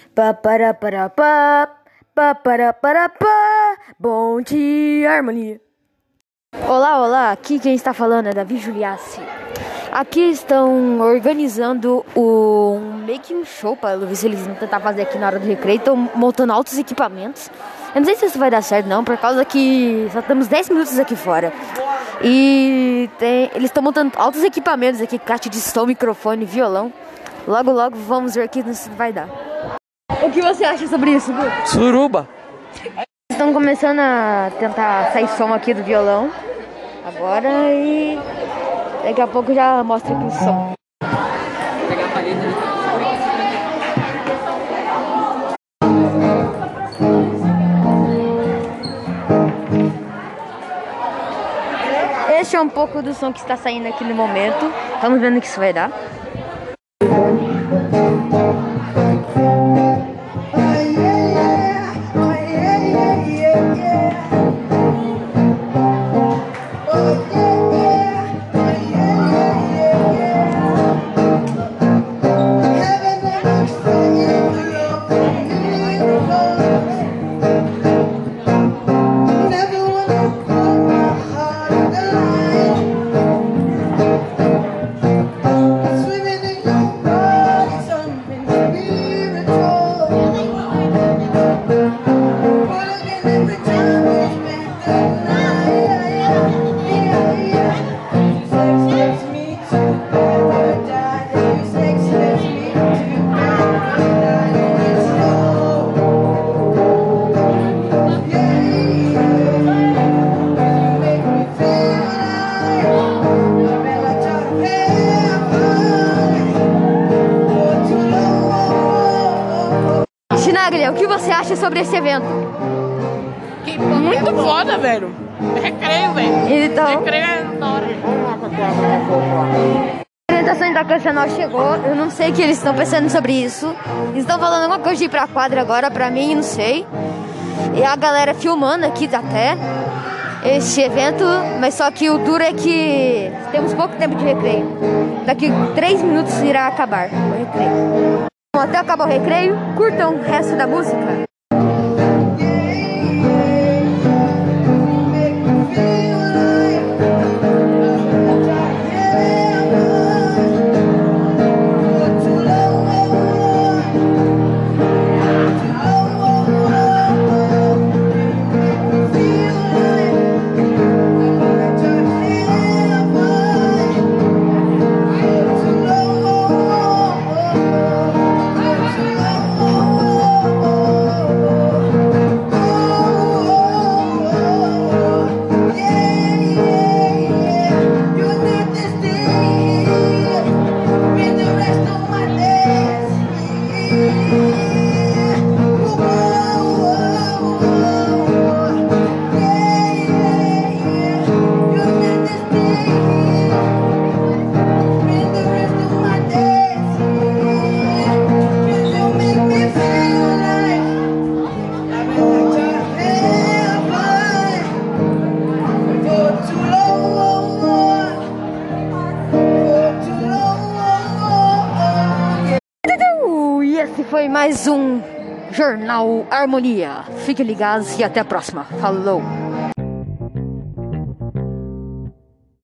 Pá, para, pá. Pá, para, pá. Bom dia, harmonia. Olá, olá. Aqui quem está falando é Davi Juliassi. Aqui estão organizando meio que um show para ver se eles vão tentar fazer aqui na hora do recreio. Estão montando altos equipamentos. Eu não sei se isso vai dar certo não, por causa que só temos 10 minutos aqui fora. E eles estão montando altos equipamentos aqui, caixa de som, microfone, violão. Logo, logo vamos ver aqui se vai dar. O que você acha sobre isso, Gu? Suruba! Estão começando a tentar sair som aqui do violão. Agora e daqui a pouco já mostra aqui o som. Pegar a paleta, né? Esse é um pouco do som que está saindo aqui no momento. Vamos vendo o que isso vai dar. O que você acha sobre esse evento? Muito foda, velho. É recreio, velho. Então, Recreio é da hora. A apresentação internacional chegou. Eu não sei o que eles estão pensando sobre isso. Eles estão falando alguma coisa de ir pra quadra agora, pra mim, não sei. E a galera filmando aqui até este evento, mas só que o duro é que temos pouco tempo de recreio. Daqui 3 minutos irá acabar o recreio. Até acabar o recreio, curtam o resto da música. Esse foi mais um Jornal Harmonia. Fiquem ligados e até a próxima. Falou!